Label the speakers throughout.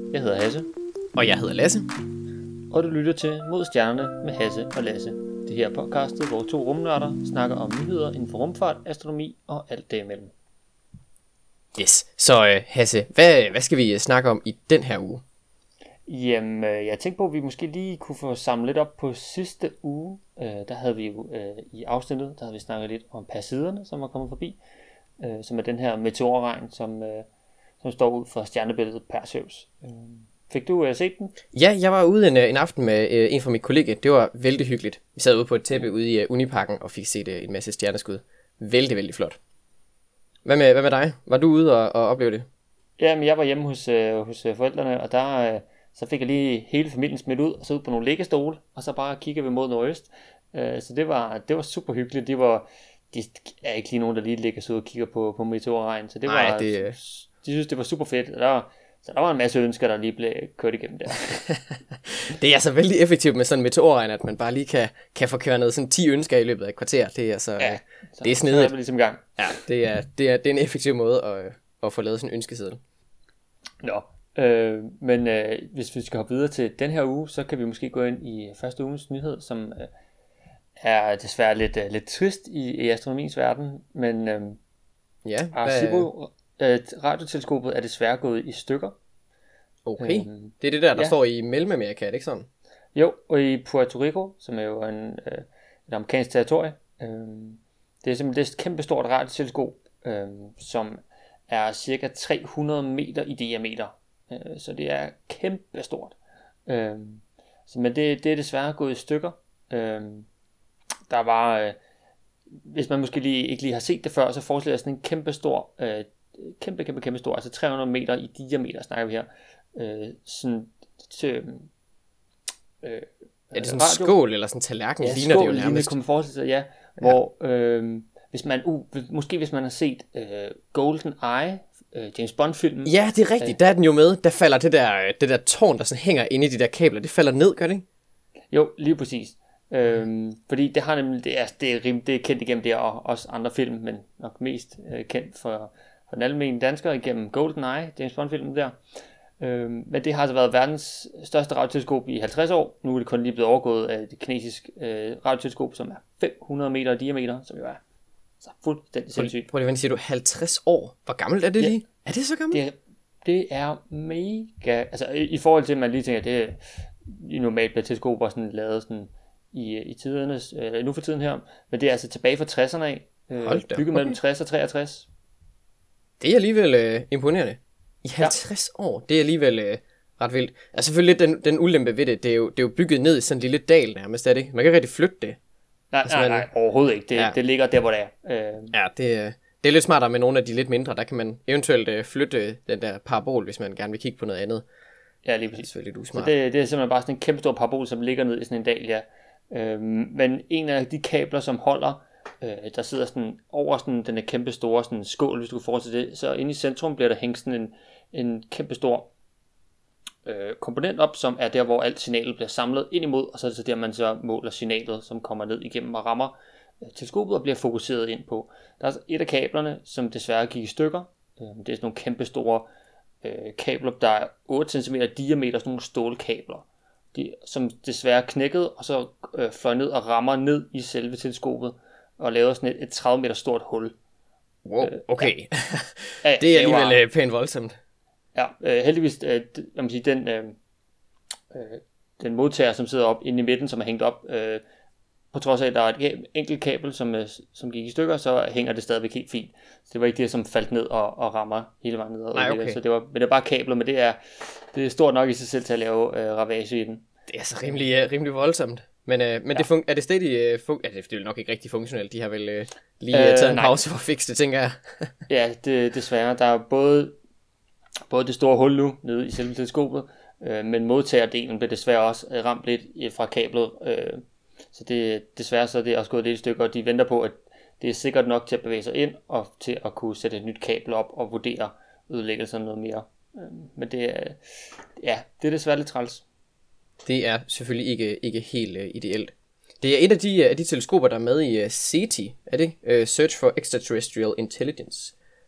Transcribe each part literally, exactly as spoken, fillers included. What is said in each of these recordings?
Speaker 1: Jeg hedder Hasse.
Speaker 2: Og jeg hedder Lasse.
Speaker 1: Og du lytter til Mod Stjernerne med Hasse og Lasse. Det her podcastet, hvor to rumnørder snakker om nyheder inden for rumfart, astronomi og alt det imellem.
Speaker 2: Yes, så uh, Hasse, hvad, hvad skal vi snakke om i den her uge?
Speaker 1: Jamen, jeg tænkte på, at vi måske lige kunne få samlet lidt op på sidste uge. Uh, der havde vi jo uh, i afsnittet, der havde vi snakket lidt om Perseiderne, som var kommet forbi. Uh, som er den her meteorregn, som, uh, som står ud for stjernebilledet Perseus. Uh, fik du uh, set den?
Speaker 2: Ja, jeg var ude en, en aften med uh, en fra mit kollega. Det var vældig hyggeligt. Vi sad ude på et tæppe ude i uh, Uniparken og fik set uh, en masse stjerneskud. Vældig, vældig flot. Hvad med, hvad med dig? Var du ude og, og opleve det?
Speaker 1: Jamen, jeg var hjemme hos, uh, hos uh, forældrene, og der... Uh, Så fik jeg lige hele familien smidt ud, og så ud på nogle liggestole, og så bare kigge vi mod nordøst. Uh, så det var, det var super hyggeligt. De, var, de er ikke lige nogen, der lige ligger så ud og kigger på, på meteorregn. Så det
Speaker 2: Nej,
Speaker 1: var,
Speaker 2: det...
Speaker 1: de synes, det var super fedt. Der, så der var en masse ønsker, der lige blev kørt igennem der.
Speaker 2: Det er altså vældig effektivt med sådan en meteorregn, at man bare lige kan, kan få kørt sådan ti ønsker i løbet af et kvarter. Det er altså,
Speaker 1: ja, så,
Speaker 2: det er snedigt.
Speaker 1: Så er ligesom i gang.
Speaker 2: Ja, det er, det, er, det er en effektiv måde at, at få lavet sådan en ønskeseddel.
Speaker 1: Nå. Øh, men øh, hvis vi skal hoppe videre til den her uge, så kan vi måske gå ind i første ugens nyhed, som øh, er desværre lidt, øh, lidt trist i, i astronomiens verden, men øh,
Speaker 2: ja,
Speaker 1: Arecibo, øh, radioteleskopet er desværre gået i stykker.
Speaker 2: Okay, øh, det er det der, der ja. står i Mellemamerika, er det ikke sådan?
Speaker 1: Jo, og i Puerto Rico, som er jo en, øh, et amerikansk territorie, øh, det er simpelthen et kæmpe stort radioteleskop, øh, som er cirka tre hundrede meter i diameter. Så det er kæmpe stort. Øhm, så, men det, det er desværre gået i stykker. Øhm, der var, øh, hvis man måske lige, ikke lige har set det før, så forestiller jeg sådan en kæmpe stor, øh, kæmpe, kæmpe, kæmpe stor, altså tre hundrede meter i diameter snakker vi her. Øh, sådan til, øh,
Speaker 2: er det sådan en skål eller sådan en tallerken?
Speaker 1: Ja,
Speaker 2: ligner
Speaker 1: skål,
Speaker 2: det jo nærmest.
Speaker 1: Ligner, kunne man forestille sig, ja. ja. Hvor, øh, hvis man, uh, måske hvis man har set øh, Golden Eye, James Bond-filmen.
Speaker 2: Ja, det er rigtigt. Øh. Der er den jo med. Der falder det der, det der tårn, der sådan hænger inde i de der kabler. Det falder ned, gør det ikke?
Speaker 1: Jo, lige præcis. Øhm, fordi det har nemlig, det er, det er, rim, det er kendt igennem det, og også andre film, men nok mest øh, kendt for, for den almindelige danskere igennem Golden Eye, James Bond-filmen der. Øhm, men det har altså været verdens største radioteleskop i halvtreds år. Nu er det kun lige blevet overgået af det kinesiske øh, radioteleskop, som er fem hundrede meter i diameter, som jo er så fuldstændig sindssygt.
Speaker 2: Prøv lige at sige, du er halvtreds år. Hvor gammelt er det ja. lige? Er det så gammelt?
Speaker 1: Det, det er mega... Altså i, i forhold til, at man lige tænker, det er normalt bliver teleskoper sådan lavet sådan i, i tidernes... Øh, nu for tiden her. Men det er altså tilbage fra tresserne af. Øh, Hold da. Bygget mellem okay. tres og treogtres.
Speaker 2: Det er alligevel øh, imponerende. I halvtreds ja. år, det er alligevel øh, ret vildt. Altså selvfølgelig den, den ulempe ved det, det er, jo, det er jo bygget ned i sådan en lille dal nærmest, er det ikke? Man kan ikke rigtig flytte det.
Speaker 1: Nej, altså, nej, nej, overhovedet ikke. Det, ja. det ligger der, hvor det er. Øh...
Speaker 2: Ja, det, det er lidt smartere med nogle af de lidt mindre. Der kan man eventuelt øh, flytte den der parabol, hvis man gerne vil kigge på noget andet.
Speaker 1: Ja, lige præcis.
Speaker 2: Det er lidt
Speaker 1: usmart. Så det, det er simpelthen bare sådan en kæmpe stor parabol, som ligger ned i sådan en dal, ja. Øh, men en af de kabler, som holder, øh, der sidder sådan over sådan den kæmpe store sådan skål, hvis du kan forestille det. Så inde i centrum bliver der hængt sådan en, en kæmpe stor øh, komponent op, som er der, hvor alt signalet bliver samlet ind imod, og så er det så der, man så måler signalet, som kommer ned igennem og rammer øh, teleskopet og bliver fokuseret ind på. Der er altså et af kablerne, som desværre gik i stykker. Øh, det er sådan nogle kæmpe store øh, kabler, der er otte centimeter diameter, sådan nogle stålkabler, de, som desværre knækkede, og så øh, fløj ned og rammer ned i selve teleskopet, og lavede sådan et, et tredive meter stort hul.
Speaker 2: Wow, okay. Ja. Det er alligevel var, pænt voldsomt.
Speaker 1: Ja, øh, heldigvis, øh, jeg må sige, den, øh, øh, den modtager, som sidder op inde i midten, som er hængt op, øh, på trods af, at der er et enkelt kabel, som, øh, som gik i stykker, så hænger det stadigvæk helt fint. Så det var ikke det, som faldt ned og, og rammer hele vejen ned.
Speaker 2: Nej, okay.
Speaker 1: Så det var, men det er bare kabler, men det er, det er stort nok i sig selv til at lave øh, ravage i den.
Speaker 2: Det er så rimelig, uh, rimelig voldsomt. Men, uh, men ja. det fun- er det stadig uh, fun- ja, det er nok ikke rigtig funktionelt. De har vel uh, lige uh, taget en pause for at fikse det, tænker jeg.
Speaker 1: Ja, det, desværre. Der er både, både det store hul nu nede i selve teleskopet, øh, men modtagerdelen blev desværre også øh, ramt lidt fra kablet. Øh, så det, desværre så er det også gået lidt i stykker, og de venter på, at det er sikkert nok til at bevæge sig ind, og til at kunne sætte et nyt kabel op og vurdere ødelæggelsen noget mere. Øh, men det er, ja, det er desværre lidt træls.
Speaker 2: Det er selvfølgelig ikke, ikke helt uh, ideelt. Det er et af de, af de teleskoper, der er med i uh, SETI, er det ikke? Uh, Search for Extraterrestrial Intelligence.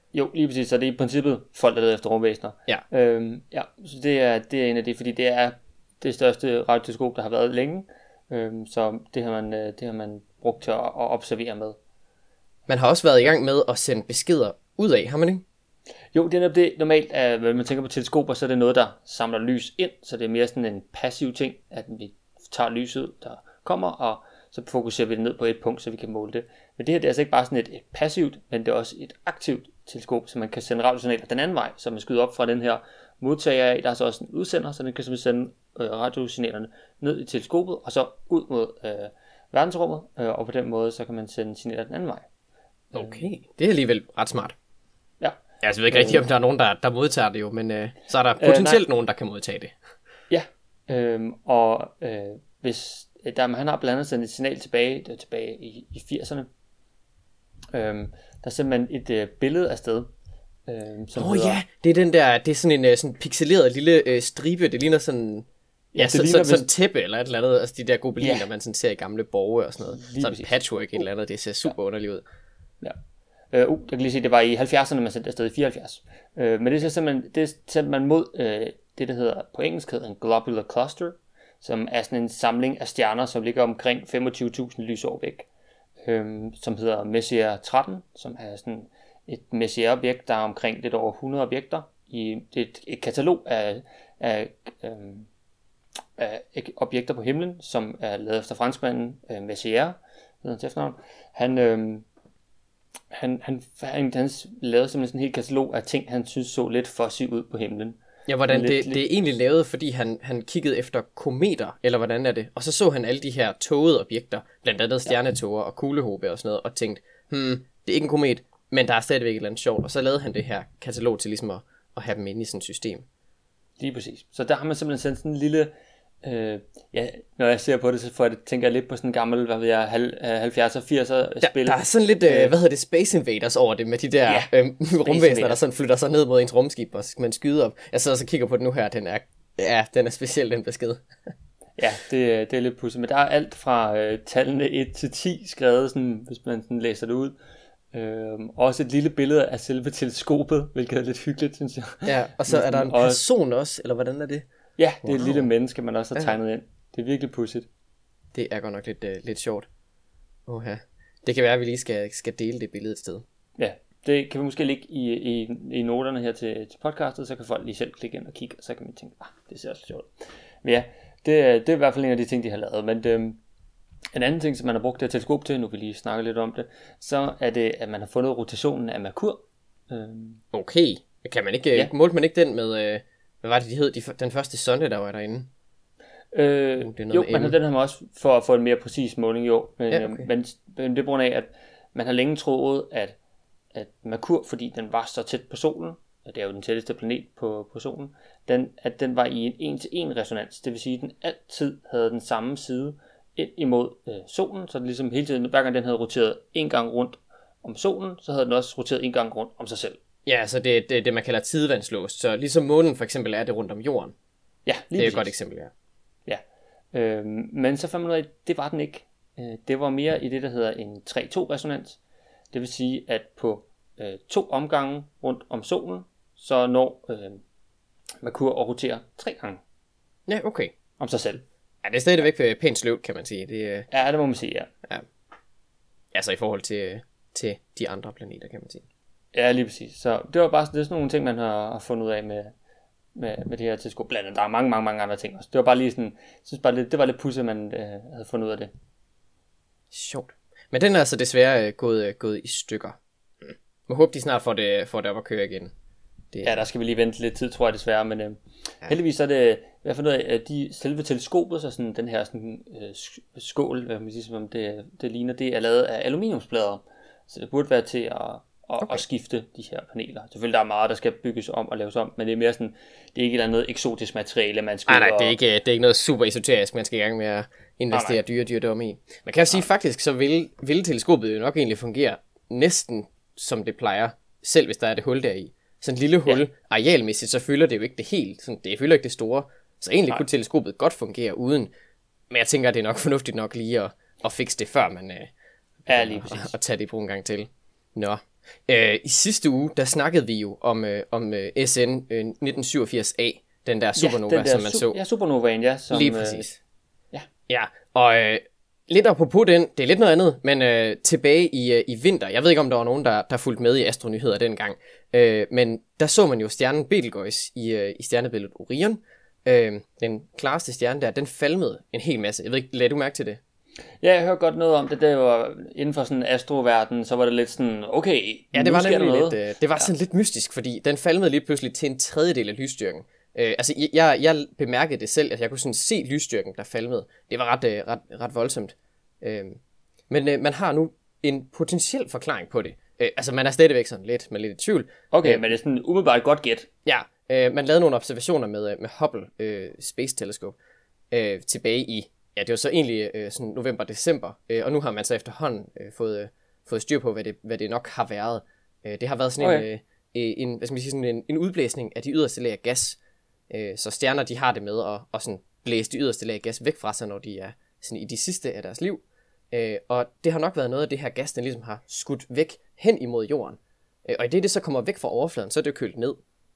Speaker 1: Jo, lige præcis. Så det er i princippet folk, der leder efter rumvæsener.
Speaker 2: Ja.
Speaker 1: Øhm, ja, så det er, det er en af de, fordi det er det største radioteleskop, der har været længe. Øhm, så det har, man, det har man brugt til at, at observere med.
Speaker 2: Man har også været i gang med at sende beskeder ud af, har man ikke?
Speaker 1: Jo, det er det. Normalt, at, når man tænker på teleskoper, så er det noget, der samler lys ind. Så det er mere sådan en passiv ting, at vi tager lyset, der kommer, og så fokuserer vi det ned på et punkt, så vi kan måle det. Men det her det er altså ikke bare sådan et, et passivt, men det er også et aktivt teleskop, så man kan sende radiosignaler den anden vej, så man skyder op fra den her modtager af. Der er så også en udsender, så den kan simpelthen sende øh, radiosignalerne ned i teleskopet, og så ud mod øh, verdensrummet, øh, og på den måde, så kan man sende signaler den anden vej.
Speaker 2: Okay, det er alligevel ret smart.
Speaker 1: Ja.
Speaker 2: Altså, jeg ved ikke rigtig, om der er nogen, der, der modtager det jo, men øh, så er der potentielt øh, nogen, der kan modtage det.
Speaker 1: Ja, øhm, og øh, hvis der, han har blandt andet sendt et signal tilbage, det er tilbage i, i firserne, øhm, der sender man et øh, billede af sted. Øhm, som
Speaker 2: Åh oh,
Speaker 1: hedder,
Speaker 2: ja, det er den der, det er sådan en sådan pixeleret lille øh, stribe, det ligner sådan, ja, så, ligner så, sådan et tæppe eller et eller andet, altså de der gobeliner, ja. Man sådan ser i gamle borge og sådan noget, lige sådan patchwork et eller andet, det ser super ja. underligt ud.
Speaker 1: Ja. Uh, uh, jeg kan lige se, det var i halvfjerdserne, man sendte afsted i fireoghalvfjerds. Uh, men det er simpelthen, det sendte man mod uh, det, der hedder på engelsk hedder en globular cluster, som er sådan en samling af stjerner, som ligger omkring femogtyve tusind lysår væk, uh, som hedder Messier tretten, som er sådan et Messier-objekt, der er omkring lidt over hundrede objekter. I, det er et, et katalog af, af, um, af objekter på himlen, som er lavet efter franskmanden uh, Messier, han... Um, Han, han, han, han lavede simpelthen sådan en helt katalog af ting, han synes så lidt fuzzy ud på himlen.
Speaker 2: Ja, hvordan lidt, det, lidt... det er egentlig lavet, fordi han, han kiggede efter kometer, eller hvordan er det? Og så så han alle de her tågede objekter, blandt andet stjernetåger og kuglehobe og sådan noget, og tænkte, hmm, det er ikke en komet, men der er stadigvæk et eller andet sjovt. Og så lavede han det her katalog til ligesom at, at have dem inde i sådan et system.
Speaker 1: Lige præcis. Så der har man simpelthen sendt sådan en lille... Øh, ja, når jeg ser på det, så får jeg, tænker jeg lidt på sådan en gammel, hvad ved jeg, halvfjerdserne og firserne spil.
Speaker 2: Der, der er sådan lidt, øh, hvad hedder det, Space Invaders over det, med de der ja, øh, rumvæsener, der sådan flytter sig ned mod ens rumskib, og så skal man skyde op. Jeg sidder og så kigger på den nu her, den er, ja, den er speciel, den besked. Ja,
Speaker 1: det, det er lidt pudsigt, men der er alt fra øh, tallene et til ti skrevet, sådan, hvis man sådan læser det ud. Øhm, også et lille billede af selve teleskopet, hvilket er lidt hyggeligt, synes jeg.
Speaker 2: Ja, og så er der en person også, eller hvordan er det?
Speaker 1: Ja, det er wow. Et lille menneske, man også har tegnet ja. ind. Det er virkelig pudsigt.
Speaker 2: Det er godt nok lidt, uh, lidt sjovt. Oha. Det kan være, at vi lige skal, skal dele det billede et sted.
Speaker 1: Ja, det kan vi måske lægge i, i, i noterne her til, til podcastet, så kan folk lige selv klikke ind og kigge, og så kan man tænke, ah, det ser også sjovt. Men ja, det, det er i hvert fald en af de ting, de har lavet. Men det, en anden ting, som man har brugt det her teleskop til, nu kan vi lige snakke lidt om det, så er det, at man har fundet rotationen af Merkur.
Speaker 2: Okay, kan man ikke, ja. målte man ikke den med... Øh... Hvad var det, de hed? De, den første sonde, der var derinde?
Speaker 1: Øh, uh, jo, men den har man også for at få en mere præcis måling, jo. Men, ja, okay. men, men det er på grund af, at man har længe troet, at, at Merkur, fordi den var så tæt på solen, og det er jo den tætteste planet på, på solen, den, at den var i en en-til-en resonans. Det vil sige, at den altid havde den samme side ind imod øh, solen, så det ligesom hele tiden, hver gang den havde roteret en gang rundt om solen, så havde den også roteret en gang rundt om sig selv.
Speaker 2: Ja, så det er det, det, man kalder tidevandslåst. Så ligesom månen for eksempel er det rundt om jorden.
Speaker 1: Ja, lige
Speaker 2: det er et godt eksempel, ja.
Speaker 1: Ja, øhm, men så fandt man ud af, at det var den ikke. Øh, det var mere i det, der hedder en tre to resonans. Det vil sige, at på øh, to omgange rundt om solen, så når øh, Merkur at rotere tre gange.
Speaker 2: Ja, okay.
Speaker 1: Om sig selv.
Speaker 2: Ja, det er stadigvæk pænt sløvt, kan man sige. Det, øh...
Speaker 1: Ja, det må man sige, ja.
Speaker 2: ja. Altså i forhold til, til de andre planeter, kan man sige.
Speaker 1: Ja, lige præcis. Så det var bare det er sådan nogle ting, man har, har fundet ud af med, med, med det her teleskop. Blandt andet, der er mange, mange, mange andre ting også. Det var bare lige sådan, jeg synes bare, det, det var lidt pudsigt, at man øh, havde fundet ud af det.
Speaker 2: Sjovt. Men den er altså desværre øh, gået, øh, gået i stykker. Mm. Jeg håber, de snart får det, får det op at køre igen. Det...
Speaker 1: Ja, der skal vi lige vente lidt tid, tror jeg desværre. Men øh, ja. heldigvis så er det, i hvert fald ud af, at de, selve teleskopet, så sådan, den her sådan, øh, skål, hvad kan man sige, som det, det ligner, det er lavet af aluminiumsplader. Så det burde være til at... Og, okay. og skifte de her paneler. Selvfølgelig der er meget, der skal bygges om og laves om, men det er mere sådan, det er ikke noget eksotisk materiale, man skal...
Speaker 2: Nej, nej, det er, ikke, det er ikke noget super esoterisk, man skal i gang med at investere nej, nej. dyre dyrdom i. Man kan jo sige, faktisk, så vil, vil teleskopet jo nok egentlig fungere næsten som det plejer, selv hvis der er det hul deri. Sådan et lille hul, ja. arealmæssigt, så fylder det jo ikke det helt, sådan, det fylder ikke det store, så egentlig nej. kunne teleskopet godt fungere uden, men jeg tænker, det er nok fornuftigt nok lige at, at fikse det, før man øh,
Speaker 1: ja, lige præcis.
Speaker 2: at, at tage det i brug en gang til. Nå. Øh, I sidste uge, der snakkede vi jo om, øh, om øh, S N øh, nitten syvogfirs A, den der supernova,
Speaker 1: ja, den der
Speaker 2: som man
Speaker 1: su-
Speaker 2: så.
Speaker 1: Ja, supernovaen, ja. Som,
Speaker 2: Lige præcis.
Speaker 1: Øh, ja.
Speaker 2: Ja, og øh, lidt apropos den, det er lidt noget andet, men øh, tilbage i, øh, i vinter, jeg ved ikke, om der var nogen, der, der fulgte med i astronyheder dengang, øh, men der så man jo stjernen Betelgeuse i, øh, i stjernebilledet Orion. Øh, den klareste stjerne der, den falmede en hel masse. Jeg ved ikke, lagde du mærke til det?
Speaker 1: Ja, jeg hørte godt noget om det. Det var inden for sådan en astroverden, så var det lidt sådan, okay,
Speaker 2: ja, det var nemlig
Speaker 1: noget.
Speaker 2: lidt, øh, det var sådan ja. lidt mystisk, fordi den falmede lige pludselig til en tredjedel af lysstyrken. Øh, altså, jeg, jeg bemærkede det selv, at jeg kunne sådan se lysstyrken, der falmede. Det var ret, øh, ret, ret voldsomt. Øh, men øh, man har nu en potentiel forklaring på det. Øh, altså, man er stadigvæk sådan lidt, men lidt i tvivl.
Speaker 1: Okay,
Speaker 2: øh,
Speaker 1: men det er sådan umiddelbart godt gæt.
Speaker 2: Ja, øh, man lavede nogle observationer med, med Hubble øh, Space Telescope øh, tilbage i, ja, det var så egentlig øh, sådan november-december, øh, og nu har man så efterhånden øh, fået, øh, fået styr på, hvad det, hvad det nok har været. Øh, det har været sådan okay. en, øh, en, hvad skal man sige, sådan en, en udblæsning af de yderste lag af gas. Øh, så stjerner, de har det med at, at sådan blæse de yderste lag af gas væk fra sig, når de er sådan i de sidste af deres liv. Øh, og det har nok været noget af det her gas, den ligesom har skudt væk hen imod jorden. Øh, og i det, det så kommer væk fra overfladen, så er det jo kølt ned.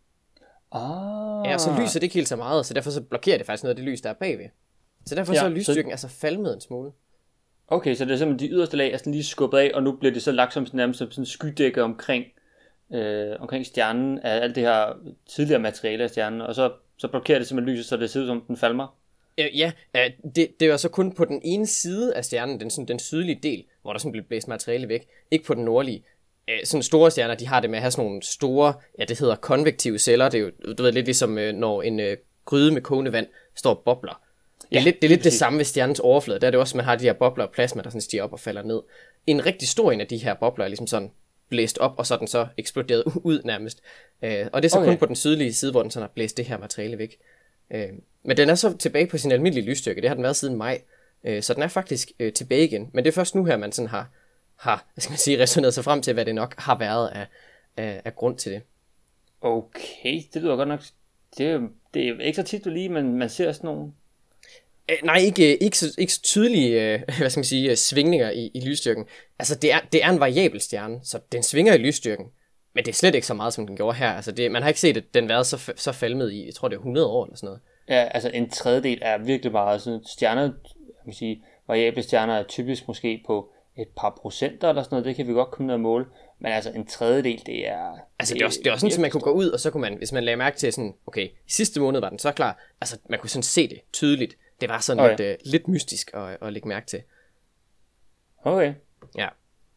Speaker 1: Ah.
Speaker 2: Ja, så lyser det ikke helt så meget, så derfor så blokerer det faktisk noget af det lys, der er bagved. Så derfor ja, så er lysstyrken så... altså falmet en smule.
Speaker 1: Okay, så det er simpelthen de yderste lag er sådan lige skubbet af, og nu bliver det så lagt som sådan, nærmest som sådan en skydække omkring, øh, omkring stjernen af alt det her tidligere materiale af stjernen, og så, så blokerer det simpelthen lyset, så det ser ud som den falmer.
Speaker 2: Øh, ja, øh, det, det var så kun på den ene side af stjernen, den, sådan, den sydlige del, hvor der sådan blev blæst materiale væk, ikke på den nordlige. Øh, sådan store stjerner, de har det med at have sådan nogle store, ja, det hedder konvektive celler. Det er jo, du ved, lidt ligesom øh, når en øh, gryde med kogende vand står og bobler. Det er, ja, lidt, det, er lidt det samme ved stjernens overflade. Der er det også, at man har de her bobler og plasma, der sådan stiger op og falder ned. En rigtig stor en af de her bobler er ligesom sådan blæst op, og så er den så eksploderet ud nærmest. Øh, og det er så okay. kun på den sydlige side, hvor den sådan har blæst det her materiale væk. Øh, men den er så tilbage på sin almindelige lysstyrke. Det har den været siden maj. Øh, så den er faktisk øh, tilbage igen. Men det er først nu her, man sådan har, har hvad skal man sige, resoneret sig frem til, hvad det nok har været af, af, af grund til det.
Speaker 1: Okay, det lyder godt nok. Det er, det er ikke så tit, du lige, men man ser sådan nogle...
Speaker 2: Øh, nej, ikke, ikke, så, ikke så tydelige øh, hvad skal man sige, svingninger i, i lysstyrken. Altså, det er, det er en variabel stjerne, så den svinger i lysstyrken. Men det er slet ikke så meget, som den gjorde her. Altså, det, man har ikke set, at den været så, så falmet i, jeg tror, det er hundrede år eller sådan noget.
Speaker 1: Ja, altså en tredjedel er virkelig meget. Sådan stjerner, jeg kan sige, variable stjerner er typisk måske på et par procenter eller sådan noget. Det kan vi godt komme ned og måle. Men altså en tredjedel, det er...
Speaker 2: Altså det er også, det er også sådan, at man kunne gå ud, og så kunne man, hvis man lagde mærke til sådan, okay, i sidste måned var den så klar. Altså man kunne sådan se det tydeligt. Det var sådan okay. lidt, uh, lidt mystisk at, at lægge mærke til.
Speaker 1: Okay.
Speaker 2: Ja.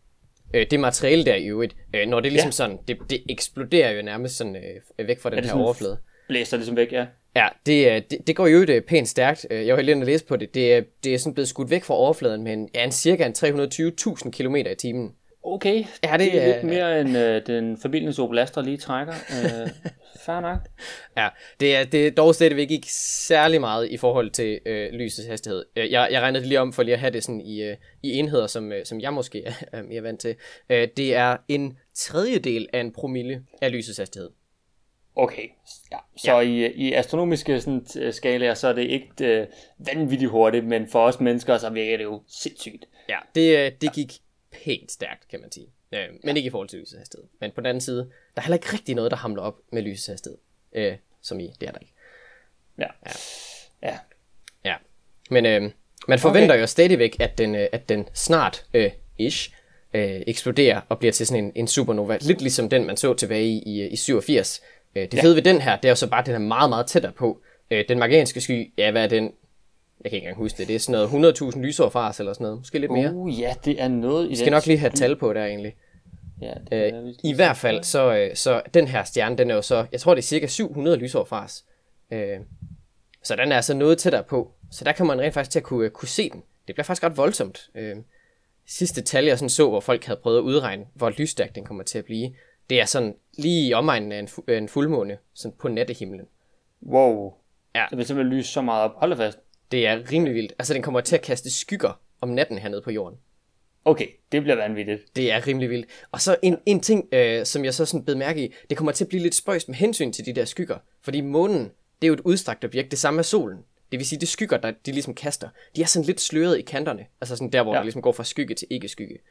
Speaker 2: Øh, det materiale der i øvrigt, øh, når det er ligesom ja. sådan, det, det eksploderer jo nærmest sådan øh, væk fra den her overflade.
Speaker 1: Blæser ligesom væk, ja.
Speaker 2: Ja, det, det, det går jo øh, pænt stærkt. Jeg var helt inde og læse på det. Det er, det er sådan blevet skudt væk fra overfladen med en, ja, en cirka en tre hundrede og tyve tusind kilometer i timen.
Speaker 1: Okay,
Speaker 2: ja, det,
Speaker 1: det er lidt mere end øh, den familiens Opel Astra lige trækker. Øh, fair nok.
Speaker 2: Ja, det er, det er dog stadigvæk ikke særlig meget i forhold til øh, lysets hastighed. Jeg, jeg regnede det lige om for lige at have det sådan i, øh, i enheder, som, øh, som jeg måske er, er mere vant til. Øh, det er en tredjedel af en promille af lysets hastighed.
Speaker 1: Okay, ja. Så ja. I, i astronomiske sådan, skalaer, så er det ikke øh, vanvittigt hurtigt, men for os mennesker, så virker det jo sindssygt.
Speaker 2: Ja, det, det gik pænt stærkt, kan man sige. Øh, men ja. Ikke i forhold til lysets hastighed. Men på den anden side, der er heller ikke rigtig noget, der hamler op med lysets hastighed. Øh, som i, det er der ikke.
Speaker 1: Ja. Ja.
Speaker 2: Ja. ja. Men øh, man forventer okay. jo stadigvæk, at den, øh, at den snart, øh, ish, øh, eksploderer og bliver til sådan en, en supernova. Lidt ligesom den, man så tilbage i, i, i syvogfirs. Det fede ja. ved den her, det er jo så bare, at den er meget, meget tættere på. Den Magellaniske sky, ja, hvad er den? Jeg kan ikke engang huske det. Det er sådan noget hundrede tusind lysår fra os, eller sådan noget. Måske lidt mere.
Speaker 1: Uh, ja, det er noget i
Speaker 2: Vi skal den... nok lige have tal på der, egentlig.
Speaker 1: Ja, det er,
Speaker 2: øh, I hvert fald, så, så den her stjerne, den er jo så, jeg tror, det er cirka syv hundrede lysår fra os. Øh, så den er altså noget tættere på. Så der kan man rent faktisk til at kunne, kunne se den. Det bliver faktisk ret voldsomt. Øh, sidste tal, jeg sådan så, hvor folk havde prøvet at udregne, hvor lysstærk den kommer til at blive. Det er sådan lige i omegnen af en, fu- en fuldmåne, sådan på nattehimlen.
Speaker 1: Wow.
Speaker 2: Ja.
Speaker 1: Det vil simpelthen lyse så meget op. Hold da fast.
Speaker 2: Det er rimelig vildt. Altså, den kommer til at kaste skygger om natten hernede på jorden.
Speaker 1: Okay, det bliver vanvittigt.
Speaker 2: Det er rimelig vildt. Og så en, en ting, øh, som jeg så sådan bed mærke i, det kommer til at blive lidt spøjst med hensyn til de der skygger. Fordi månen, det er jo et udstrakt objekt, det samme er solen. Det vil sige, de skygger, der de ligesom kaster, de er sådan lidt sløret i kanterne. Altså sådan der, hvor ja. der ligesom går fra skygge til ikke skygge.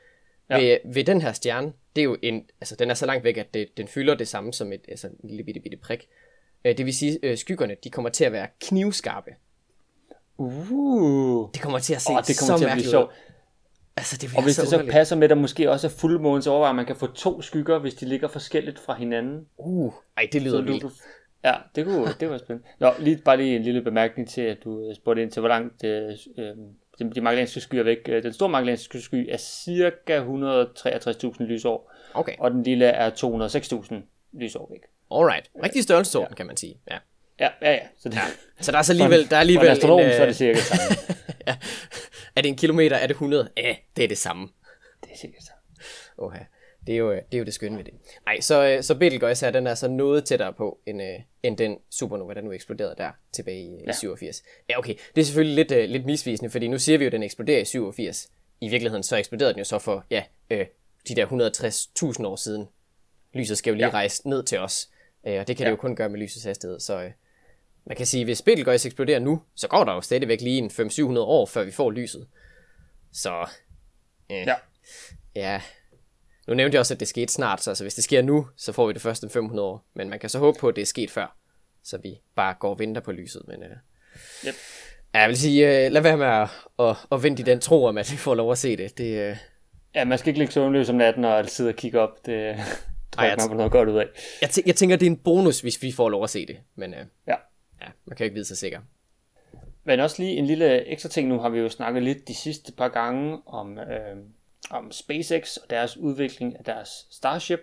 Speaker 2: Ja. Ved, ved den her stjerne, det er jo en, altså den er så langt væk, at det, den fylder det samme som et, altså en lille bitte, bitte prik. Det vil sige, at skyggerne, de kommer til at være knivskarpe.
Speaker 1: Uh.
Speaker 2: Det kommer til at se
Speaker 1: oh, det kommer
Speaker 2: så
Speaker 1: til at blive sjovt.
Speaker 2: Altså, det
Speaker 1: og hvis
Speaker 2: så
Speaker 1: det så
Speaker 2: underligt.
Speaker 1: passer med, at der måske også er fuldmåne, så overvejer, at man kan få to skygger, hvis de ligger forskelligt fra hinanden.
Speaker 2: Uh, ej, det lyder vildt.
Speaker 1: Ja, det kunne det var spændende. Nå, lige, bare lige en lille bemærkning til, at du spurgte ind til, hvor langt øh, de, de magellanske skyer væk. Den store magellanske sky er cirka et hundrede og treogtres tusind lysår,
Speaker 2: okay.
Speaker 1: og den lille er to hundrede og seks tusind lysår væk.
Speaker 2: Alright, rigtig størrelsesorden, ja. Kan man sige. Ja,
Speaker 1: ja, ja. ja. Så, det,
Speaker 2: ja. Så der er så alligevel, der er alligevel
Speaker 1: en astronom,
Speaker 2: en, øh...
Speaker 1: så er det cirka samme.
Speaker 2: ja. Er det en kilometer, er det hundrede? Ja, det er det samme.
Speaker 1: Det er sikkert samme.
Speaker 2: Oha. Det er jo det, er jo det skønne ved det. Nej, så, så Betelgeuse her, den er så noget tættere på, end, øh, end den supernova, der nu eksploderede der tilbage i, ja. i syvogfirs. Ja, okay. Det er selvfølgelig lidt, øh, lidt misvisende, fordi nu siger vi jo, at den eksploderer i syvogfirs. I virkeligheden så eksploderede den jo så for, ja, øh, de der et hundrede og tres tusind år siden. Lyset skal jo lige ja. rejse ned til os, øh, og det kan ja. det jo kun gøre med lysets hastighed. Så øh, man kan sige, hvis Betelgeuse eksploderer nu, så går der jo stadigvæk lige en fem til syv hundrede år, før vi får lyset. Så, øh,
Speaker 1: ja.
Speaker 2: ja... Nu nævnte jeg også, at det skete snart, så altså, hvis det sker nu, så får vi det først om fem hundrede år. Men man kan så håbe på, at det er sket før, så vi bare går og venter på lyset. Men øh,
Speaker 1: yep.
Speaker 2: jeg vil sige, øh, lad være med at, at, at vente i den tro om, at vi får lov at se det. det øh...
Speaker 1: Ja, man skal ikke ligge søvnløs om natten og sidde og kigge op. Det tror jeg ikke, man får noget godt ud af.
Speaker 2: Jeg, t- jeg tænker, det er en bonus, hvis vi får lov at se det. Men øh,
Speaker 1: ja.
Speaker 2: ja, man kan jo ikke vide sig sikker.
Speaker 1: Men også lige en lille ekstra ting. Nu har vi jo snakket lidt de sidste par gange om... Øh, om SpaceX og deres udvikling af deres Starship.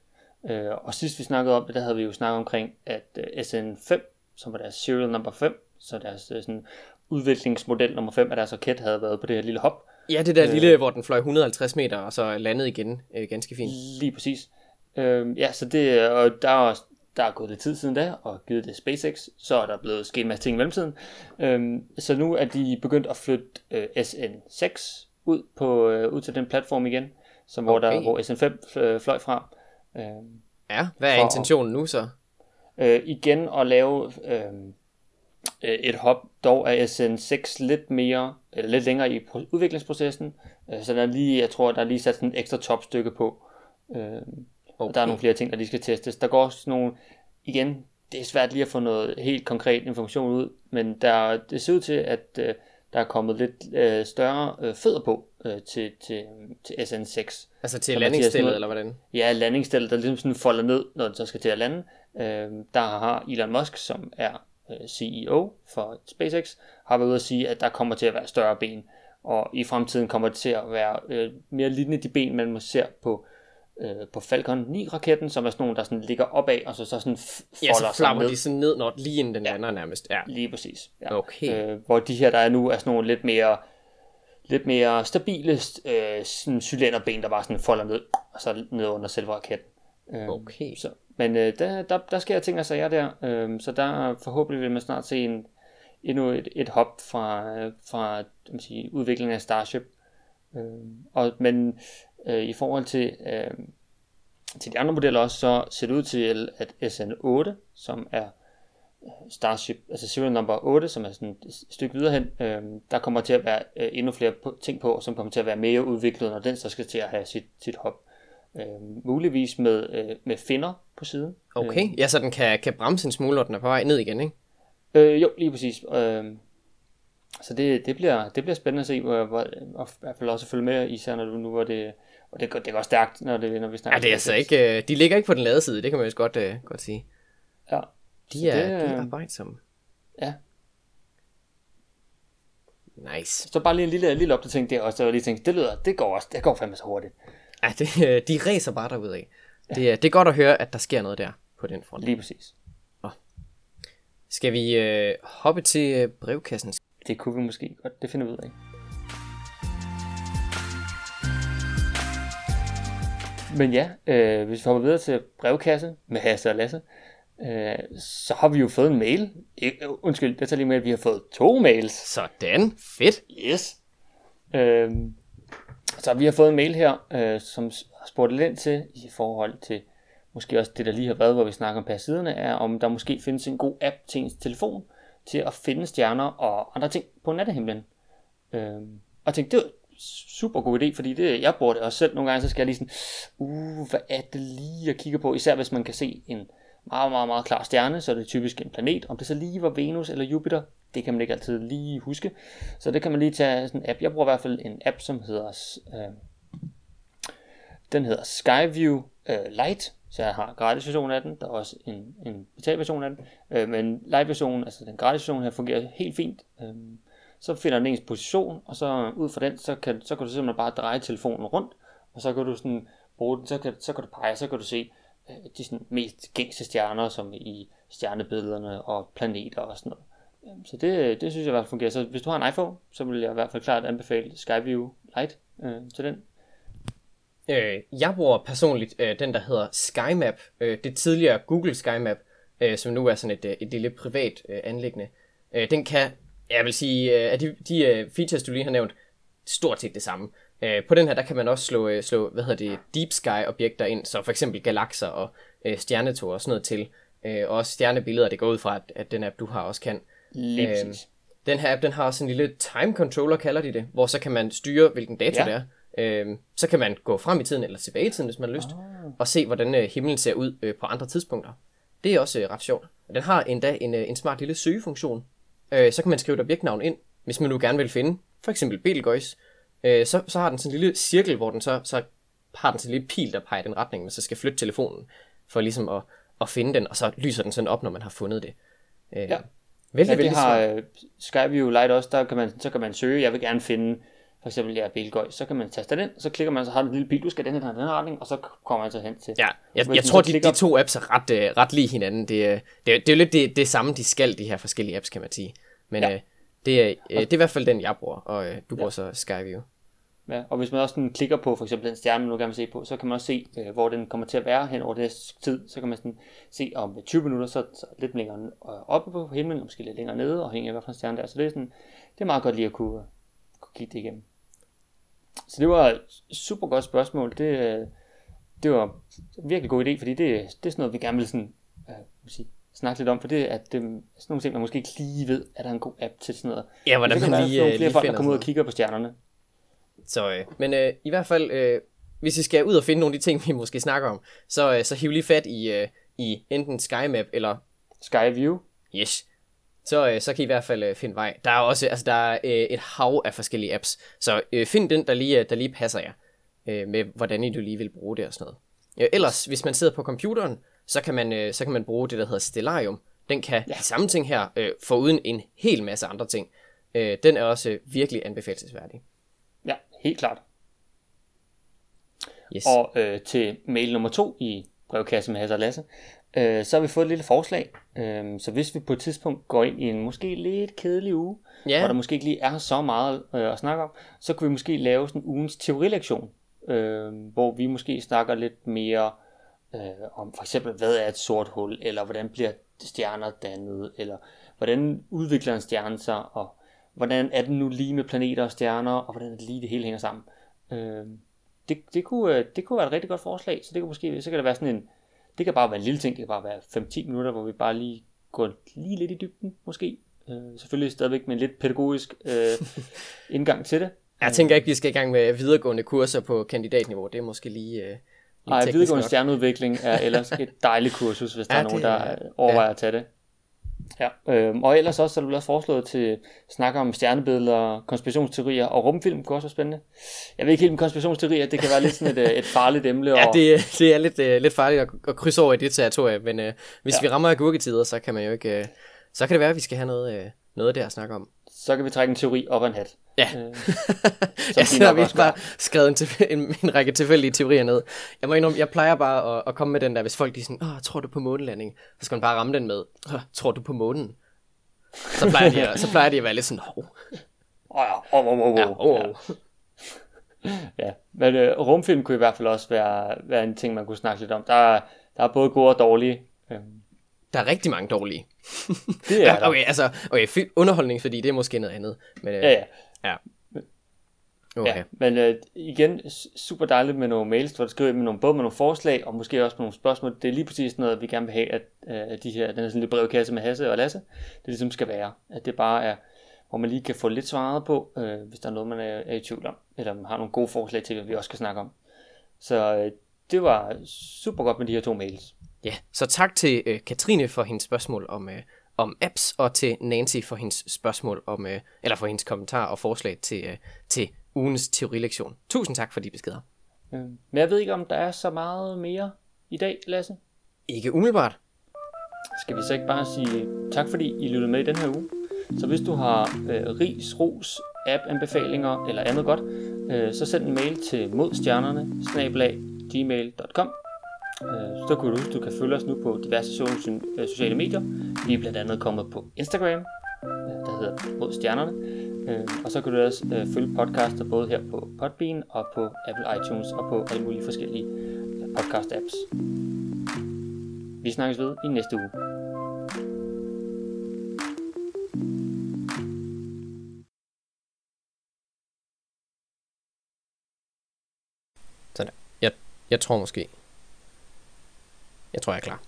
Speaker 1: Øh, og sidst vi snakkede om det, der havde vi jo snakket omkring, at uh, S N fem, som var deres serial number fem, så deres uh, sådan, udviklingsmodel nummer fem af deres raket, havde været på det her lille hop.
Speaker 2: Ja, det der øh, lille, hvor den fløj et hundrede og halvtreds meter, og så landede igen øh, ganske fint.
Speaker 1: Lige præcis. Øh, ja, så det, og der er, der er gået lidt tid siden da, og givet det SpaceX, så er der blevet sket en masse ting i mellemtiden. Øh, så nu er de begyndt at flytte øh, S N seks ud på øh, ud til den platform igen, som hvor
Speaker 2: okay.
Speaker 1: der hvor S N fem øh, fløj fra. Øh,
Speaker 2: ja, hvad er intentionen nu så?
Speaker 1: Øh, igen at lave øh, et hop, dog er S N seks lidt mere eller lidt længere i udviklingsprocessen, øh, så der er lige, jeg tror der er lige sat sådan et ekstra topstykke på. Øh, okay. Og der er nogle flere ting der lige skal testes. Der går også nogle, igen, det er svært lige at få noget helt konkret information ud, men der det ser ud til at øh, der er kommet lidt øh, større øh, fødder på øh, til, til, til S N seks.
Speaker 2: Altså til landingsstillet, eller hvordan?
Speaker 1: Ja, landingsstillet, der ligesom sådan folder ned, når den så skal til at lande. Øh, der har Elon Musk, som er øh, C E O for SpaceX, har været ude at sige, at der kommer til at være større ben, og i fremtiden kommer det til at være øh, mere lignende de ben, man ser på øh, på Falcon ni-raketten, som er sådan nogle, der sådan ligger opad, og så, så sådan folder
Speaker 2: ja, så flapper
Speaker 1: ned.
Speaker 2: de sådan ned, når lige inden den
Speaker 1: ja.
Speaker 2: lander nærmest. Ja,
Speaker 1: lige præcis. Ja.
Speaker 2: Okay.
Speaker 1: Øh, hvor de her, der er nu, er sådan nogle lidt mere, lidt mere stabile øh, sådan cylinderben, der bare sådan folder ned, og så ned under selve raketten. Øh,
Speaker 2: okay.
Speaker 1: Så, men øh, der, der, der sker ting og sager der, øh, så der forhåbentlig vil man snart se en, endnu et, et hop fra, øh, fra man sige, udviklingen af Starship. Øh, og, men øh, i forhold til, øh, til de andre modeller også, så ser det ud til, at S N otte, som er Starship, altså serial number otte, som er sådan et stykke videre hen, øh, der kommer til at være øh, endnu flere ting på, som kommer til at være mere udviklet, når den så skal til at have sit, sit hop. Øh, muligvis med, øh, med finner på siden.
Speaker 2: Okay, øh, ja, så den kan, kan bremse en smule, når den er på vej ned igen, ikke?
Speaker 1: Øh, jo, lige præcis. Øh, så det, det, bliver, det bliver spændende at se, hvor, hvor, og i hvert fald også at følge med, især når du nu, hvor det, og det, det går stærkt, når, det, når vi snakker.
Speaker 2: Ja, det er altså ikke, de ligger ikke på den lade side, det kan man jo godt, uh, godt sige.
Speaker 1: Ja.
Speaker 2: De er,
Speaker 1: det,
Speaker 2: de er arbejdsomme.
Speaker 1: Ja.
Speaker 2: Nice.
Speaker 1: Så bare lige en lille, lille opdatering der også, der var lige tænkt, det lyder, det går også, det går fandme så hurtigt.
Speaker 2: Ja, det, de ræser bare derudad. Ja. Det, det er godt at høre, at der sker noget der på den front.
Speaker 1: Lige præcis.
Speaker 2: Oh. Skal vi øh, hoppe til øh, brevkassen?
Speaker 1: Det kunne vi måske godt, det finder vi ud af. Men ja, øh, hvis vi hopper videre til brevkasse med Hasse og Lasse, øh, så har vi jo fået en mail. Øh, undskyld, det tager lige med, at vi har fået to mails.
Speaker 2: Sådan, fedt.
Speaker 1: Yes. Øh, så vi har fået en mail her, øh, som har spurgt lidt ind til, i forhold til måske også det, der lige har været, hvor vi snakker om persiderne, er om der måske findes en god app til ens telefon, til at finde stjerner og andre ting på nattehimlen. Øh, og jeg tænkte, det var super god idé, fordi det, jeg bruger det også selv. Nogle gange, så skal jeg lige sådan, uh, hvad er det lige, jeg kigger på? Især hvis man kan se en meget, meget, meget klar stjerne, så er det typisk en planet. Om det så lige var Venus eller Jupiter, det kan man ikke altid lige huske. Så det kan man lige tage sådan en app. Jeg bruger i hvert fald en app, som hedder, øh, den hedder Skyview øh, Lite. Så jeg har gratis version af den. Der er også en, en betalt version af den. Øh, men light version, altså den gratis version her, fungerer helt fint. Øh, så finder den ens position, og så ud fra den, så kan, så kan du simpelthen bare dreje telefonen rundt, og så kan du sådan bruge den, så kan, så kan du pege, så kan du se øh, de sådan mest gængse stjerner, som i stjernebillederne og planeter og sådan noget. Så det, det synes jeg i hvert fald fungerer. Så hvis du har en iPhone, så vil jeg i hvert fald klart anbefale Skyview Lite øh, til den.
Speaker 2: Øh, jeg bruger personligt øh, den, der hedder SkyMap. Øh, det tidligere Google SkyMap, øh, som nu er sådan et, øh, et lille privat øh, anliggende. Øh, den kan, jeg vil sige, øh, at de, de øh, features, du lige har nævnt, stort set det samme. Øh, på den her, der kan man også slå, øh, slå hvad hedder det, deep sky objekter ind, så for eksempel galakser og øh, stjernetog og sådan noget til. Øh, og også stjernebilleder, det går ud fra, at, at den app, du har, også kan.
Speaker 1: Lige
Speaker 2: øh, den her app, den har også en lille time controller, kalder de det, hvor så kan man styre, hvilken dato ja. det er. Øh, så kan man gå frem i tiden eller tilbage i tiden, hvis man har lyst, oh. og se, hvordan øh, himlen ser ud øh, på andre tidspunkter. Det er også øh, ret sjovt. Den har endda en, øh, en smart lille søgefunktion. Øh, så kan man skrive et objektnavn ind, hvis man nu gerne vil finde, for eksempel Betelgeuse. Øh, så, så har den sådan en lille cirkel, hvor den så, så har den sådan en lille pil, der peger den retning, man så skal flytte telefonen, for ligesom at, at finde den, og så lyser den sådan op, når man har fundet det. Øh,
Speaker 1: ja,
Speaker 2: vældig,
Speaker 1: ja det
Speaker 2: vældig
Speaker 1: har uh, Skyview Lite også, der kan man, så kan man søge, jeg vil gerne finde, for eksempel ja, Betelgeuse, så kan man taste den, så klikker man, så har du en lille pil, du skal den her, den her retning, og så kommer man så hen til.
Speaker 2: Ja, jeg, jeg tror, de, klikker... de to apps er ret, uh, ret lige hinanden. Det, det, det er jo lidt det, det samme, de skal, de her forskellige apps, kan man sige. Men ja. uh, det, er, uh, det er i hvert fald den, jeg bruger, og uh, du bruger ja. så Skyview.
Speaker 1: Ja, og hvis man også sådan klikker på for eksempel den stjerne, man nu gerne vil se på, så kan man også se, øh, hvor den kommer til at være hen over det tid. Så kan man sådan se om tyve minutter, så, så lidt længere oppe på himlen, og måske lidt længere nede, og hænger i hvert fald en stjerne der. Så det er, sådan, det er meget godt lige at kunne, kunne kigge det igennem. Så det var et super godt spørgsmål. Det, det var en virkelig god idé, fordi det, det er sådan noget, vi gerne vil sådan, øh, sige, snakke lidt om, for det er, at det er sådan nogle ting, man måske ikke lige ved, at der er en god app til sådan noget.
Speaker 2: Ja, hvordan man lige,
Speaker 1: flere
Speaker 2: lige
Speaker 1: folk, der kommer ud og kigger på stjernerne.
Speaker 2: Så, øh, men øh, i hvert fald, øh, hvis I skal ud og finde nogle af de ting, vi måske snakker om, så, øh, så hiv lige fat i, øh, i enten SkyMap eller
Speaker 1: Skyview.
Speaker 2: Yes. Så, øh, så kan I i hvert fald øh, finde vej. Der er også altså, der er, øh, et hav af forskellige apps, så øh, find den, der lige, der lige passer jer, øh, med hvordan I du lige vil bruge det og sådan noget. Øh, ellers, hvis man sidder på computeren, så kan man, øh, så kan man bruge det, der hedder Stellarium. Den kan ja. de samme ting her, øh, foruden en hel masse andre ting. Øh, den er også øh, virkelig anbefalelsesværdig.
Speaker 1: Ja, helt klart.
Speaker 2: Yes.
Speaker 1: Og øh, til mail nummer to i brevkassen med Hasse og Lasse, øh, så har vi fået et lille forslag. Øh, så hvis vi på et tidspunkt går ind i en måske lidt kedelig uge, yeah. hvor der måske ikke lige er så meget øh, at snakke om, så kan vi måske lave sådan en ugens teorilektion, øh, hvor vi måske snakker lidt mere øh, om for eksempel, hvad er et sort hul, eller hvordan bliver stjerner dannet, eller hvordan udvikler en stjerne sig, og hvordan er det nu lige med planeter og stjerner, og hvordan er det lige det hele hænger sammen. Øh, det, det, kunne, det kunne være et rigtig godt forslag, så det kan måske, så kan det være sådan en, det kan bare være en lille ting, det kan bare være fem til ti minutter, hvor vi bare lige går lige lidt i dybden, måske. Øh, selvfølgelig stadigvæk med en lidt pædagogisk øh, indgang til det.
Speaker 2: Jeg tænker ikke, vi skal i gang med videregående kurser på kandidatniveau, det er måske lige... Øh,
Speaker 1: Nej, videregående stjerneudvikling er ellers et dejligt kursus, hvis der ja, er nogen, der overvejer ja. at tage det. Ja, øhm, og ellers også, så er du blevet foreslået til snakke om stjernebilleder, konspirationsteorier og rumfilm, kunne også være spændende. Jeg ved ikke helt med konspirationsteorier, det kan være lidt sådan et, et farligt emne.
Speaker 2: Ja, det, det er lidt, uh, lidt farligt at, at krydse over i det territorie, men uh, hvis ja. vi rammer agurketider, så kan man jo ikke, uh, så kan det være, at vi skal have noget, uh, noget der at snakke om.
Speaker 1: Så kan vi trække en teori op af en hat.
Speaker 2: Ja, øh, ja så har vi bare skrevet en, tilf- en, en række tilfældige teorier ned. Jeg må indrømme, jeg plejer bare at, at komme med den der, hvis folk de er sådan, åh, tror du på månelanding? Så skal man bare ramme den med, tror du på månen? Så plejer de at, så plejer de at være lidt sådan, hov.
Speaker 1: Åh ja, åh, åh, åh,
Speaker 2: ja, åh.
Speaker 1: Ja, men øh, rumfilm kunne i hvert fald også være, være en ting, man kunne snakke lidt om. Der, der er både gode og dårlige.
Speaker 2: Der er rigtig mange dårlige.
Speaker 1: Det er der.
Speaker 2: Okay, altså, okay, underholdning, fordi det er måske noget andet. Men, øh,
Speaker 1: ja, ja.
Speaker 2: Ja. Okay.
Speaker 1: Ja, men øh, igen, super dejligt med nogle mails, hvor du skriver med nogle, både med nogle forslag, og måske også med nogle spørgsmål. Det er lige præcis noget, vi gerne vil have, at, at de her, den her sådan lille brevkasse med Hasse og Lasse, det ligesom skal være. At det bare er hvor man lige kan få lidt svaret på, øh, hvis der er noget, man er, er i tvivl om, eller man har nogle gode forslag til, hvad vi også skal snakke om. Så øh, det var super godt med de her to mails.
Speaker 2: Ja, så tak til øh, Katrine for hendes spørgsmål om, øh, om apps, og til Nancy for hendes spørgsmål om, øh, eller for hendes kommentar og forslag til, øh, til ugens teorilektion. Tusind tak for de beskeder.
Speaker 1: Øh, men jeg ved ikke, om der er så meget mere i dag, Lasse.
Speaker 2: Ikke umiddelbart.
Speaker 1: Skal vi så ikke bare sige tak, fordi I lyttede med i den her uge. Så hvis du har øh, ris, ros, app-anbefalinger eller andet godt, øh, så send en mail til modstjernerne bindestreg gmail punktum com. Øh, så kan du huske, du kan følge os nu på diverse so- sociale medier. Vi er blandt andet kommet på Instagram, øh, der hedder Modstjernerne. Øh, og så kan du også øh, følge podcaster både her på Podbean og på Apple iTunes og på alle mulige forskellige øh, podcast-apps. Vi snakkes ved i næste uge.
Speaker 2: Sådan. Jeg, jeg tror måske... Jeg tror, jeg er klar.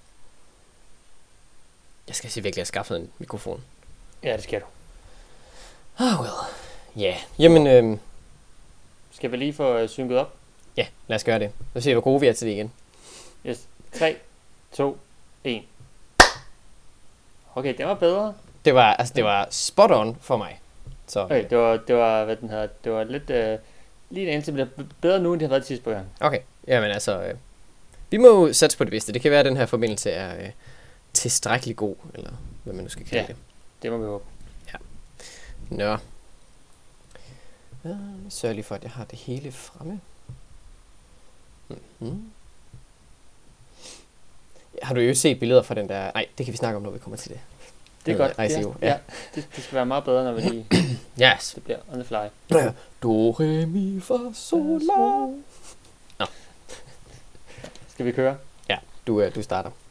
Speaker 2: Jeg skal sige virkelig, at jeg har skaffet en mikrofon.
Speaker 1: Ja, det skal du.
Speaker 2: Ah, well. Ja, yeah. Jamen... Øhm,
Speaker 1: Skal vi lige få øh, synket op?
Speaker 2: ja, lad os gøre det. Så ser vi, hvor gode vi er til det igen.
Speaker 1: Yes. tre, to, et. Okay, det var bedre.
Speaker 2: Det var, altså, det var spot on for mig. Så,
Speaker 1: Okay, det var, det var, hvad den hedder, det var lidt, øh, lige en anelse, men det er bedre nu, end det har været de sidste par gange.
Speaker 2: okay, jamen altså... Øh, vi må jo satse på det bedste. Det kan være, at den her forbindelse er øh, tilstrækkelig god, eller hvad man nu skal kalde
Speaker 1: Ja.
Speaker 2: det.
Speaker 1: Det må vi håbe.
Speaker 2: Nå. Ja, sørg lige for, at jeg har det hele fremme. Mm-hmm. Har du jo set billeder fra den der... Nej, det kan vi snakke om, når vi kommer til det.
Speaker 1: Det er
Speaker 2: Øh,
Speaker 1: godt.
Speaker 2: I C O,
Speaker 1: Ja,
Speaker 2: ja.
Speaker 1: ja. Det, det skal være meget bedre, når vi lige...
Speaker 2: Yes.
Speaker 1: Det bliver on the fly.
Speaker 2: Do, re, mi, fa, sol, la.
Speaker 1: Skal vi køre?
Speaker 2: Ja, du, øh, du starter.